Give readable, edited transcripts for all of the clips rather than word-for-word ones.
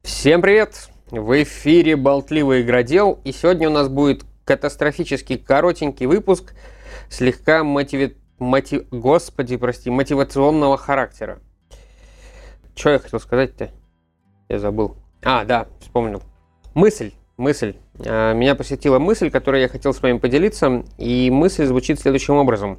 Всем привет! В эфире болтливый игродел, и сегодня у нас будет катастрофически коротенький выпуск слегка мотивационного характера. Что я хотел сказать-то? Я забыл. Да, вспомнил. Мысль. Меня посетила мысль, которой я хотел с вами поделиться, и мысль звучит следующим образом.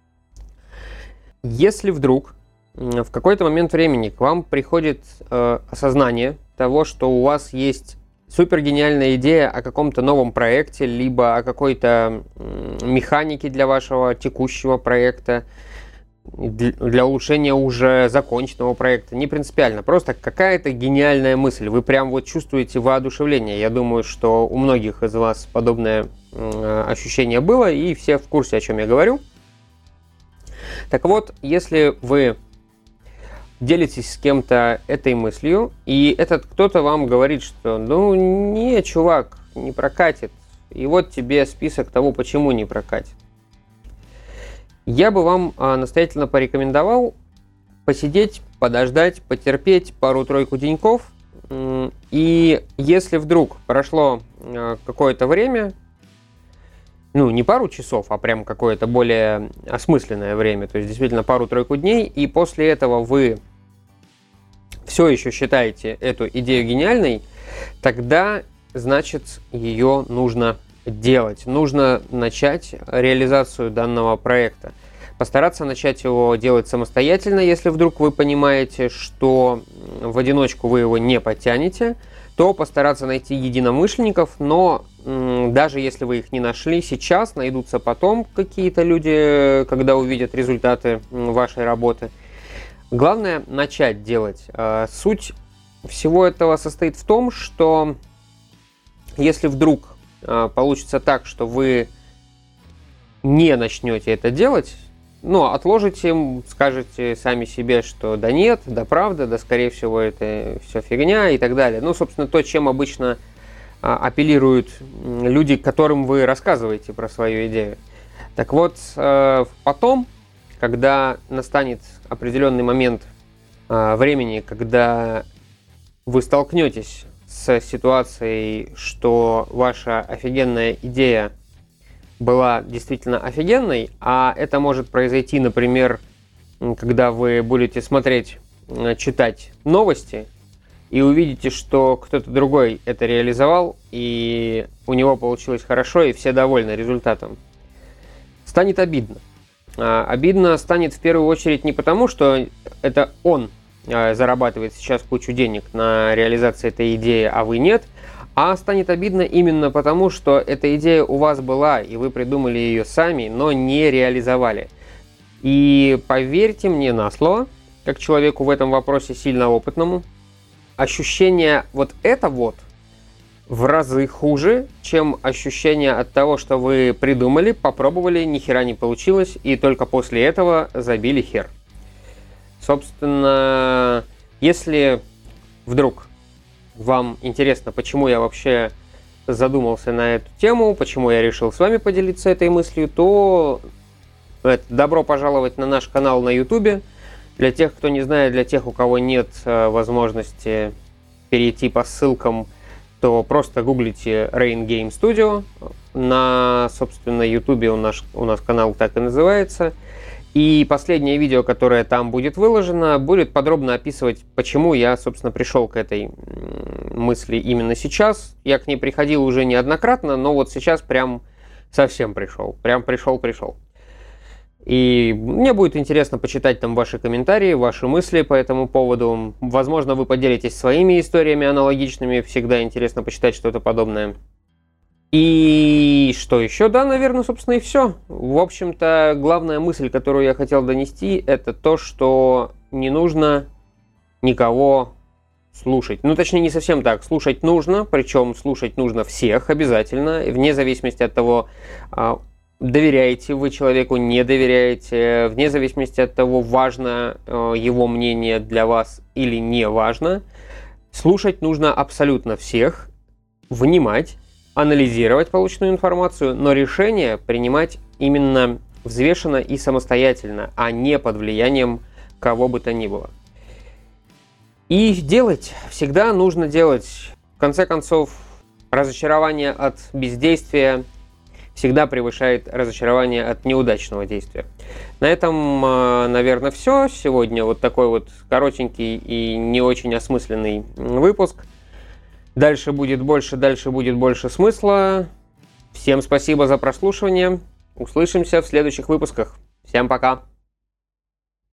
Если вдруг в какой-то момент времени к вам приходит осознание того, что у вас есть супергениальная идея о каком-то новом проекте, либо о какой-то механике для вашего текущего проекта, для улучшения уже законченного проекта, не принципиально, просто какая-то гениальная мысль, вы прям вот чувствуете воодушевление. Я думаю, что у многих из вас подобное ощущение было, и все в курсе, о чем я говорю. Так вот, если вы делитесь с кем-то этой мыслью, и этот кто-то вам говорит, что не, чувак, не прокатит, и вот тебе список того, почему не прокатит. Я бы вам настоятельно порекомендовал посидеть, подождать, потерпеть пару-тройку деньков, и если вдруг прошло какое-то время, не пару часов, а прям какое-то более осмысленное время, то есть действительно пару-тройку дней, и после этого вы все еще считаете эту идею гениальной, тогда, значит, ее нужно делать. Нужно начать реализацию данного проекта. Постараться начать его делать самостоятельно, если вдруг вы понимаете, что в одиночку вы его не потянете, то постараться найти единомышленников, но даже если вы их не нашли сейчас, найдутся потом какие-то люди, когда увидят результаты вашей работы. Главное начать делать. Суть всего этого состоит в том, что если вдруг получится так, что вы не начнете это делать, отложите, скажете сами себе, что да нет, да правда, да скорее всего это все фигня и так далее. Собственно, то, чем обычно апеллируют люди, которым вы рассказываете про свою идею. Так вот, потом, когда настанет определенный момент времени, когда вы столкнетесь с ситуацией, что ваша офигенная идея была действительно офигенной, а это может произойти, например, когда вы будете читать новости и увидите, что кто-то другой это реализовал, и у него получилось хорошо, и все довольны результатом. Станет обидно. Обидно станет в первую очередь не потому, что это он зарабатывает сейчас кучу денег на реализации этой идеи, а вы нет, а станет обидно именно потому, что эта идея у вас была, и вы придумали ее сами, но не реализовали. И поверьте мне на слово, как человеку в этом вопросе сильно опытному, ощущение в разы хуже, чем ощущение от того, что вы придумали, попробовали, ни хера не получилось, и только после этого забили хер. Собственно, если вдруг вам интересно, почему я вообще задумался на эту тему, почему я решил с вами поделиться этой мыслью, то добро пожаловать на наш канал на YouTube. Для тех, кто не знает, для тех, у кого нет возможности перейти по ссылкам, то просто гуглите Rain Game Studio. На, собственно, YouTube у нас канал так и называется. И последнее видео, которое там будет выложено, будет подробно описывать, почему я, собственно, пришел к этой мысли именно сейчас. Я к ней приходил уже неоднократно, но вот сейчас прям совсем пришел. Прям пришел. И мне будет интересно почитать там ваши комментарии, ваши мысли по этому поводу. Возможно, вы поделитесь своими историями аналогичными. Всегда интересно почитать что-то подобное. И что еще? Да, наверное, собственно, и все. В общем-то, главная мысль, которую я хотел донести, это то, что не нужно никого слушать. Точнее, не совсем так. Слушать нужно, причем слушать нужно всех обязательно, вне зависимости от того, доверяете вы человеку, не доверяете, вне зависимости от того, важно его мнение для вас или не важно. Слушать нужно абсолютно всех, внимать, анализировать полученную информацию, но решение принимать именно взвешенно и самостоятельно, а не под влиянием кого бы то ни было. И делать. Всегда нужно делать. В конце концов, разочарование от бездействия всегда превышает разочарование от неудачного действия. На этом, наверное, все. Сегодня вот такой вот коротенький и не очень осмысленный выпуск. Дальше будет больше смысла. Всем спасибо за прослушивание. Услышимся в следующих выпусках. Всем пока.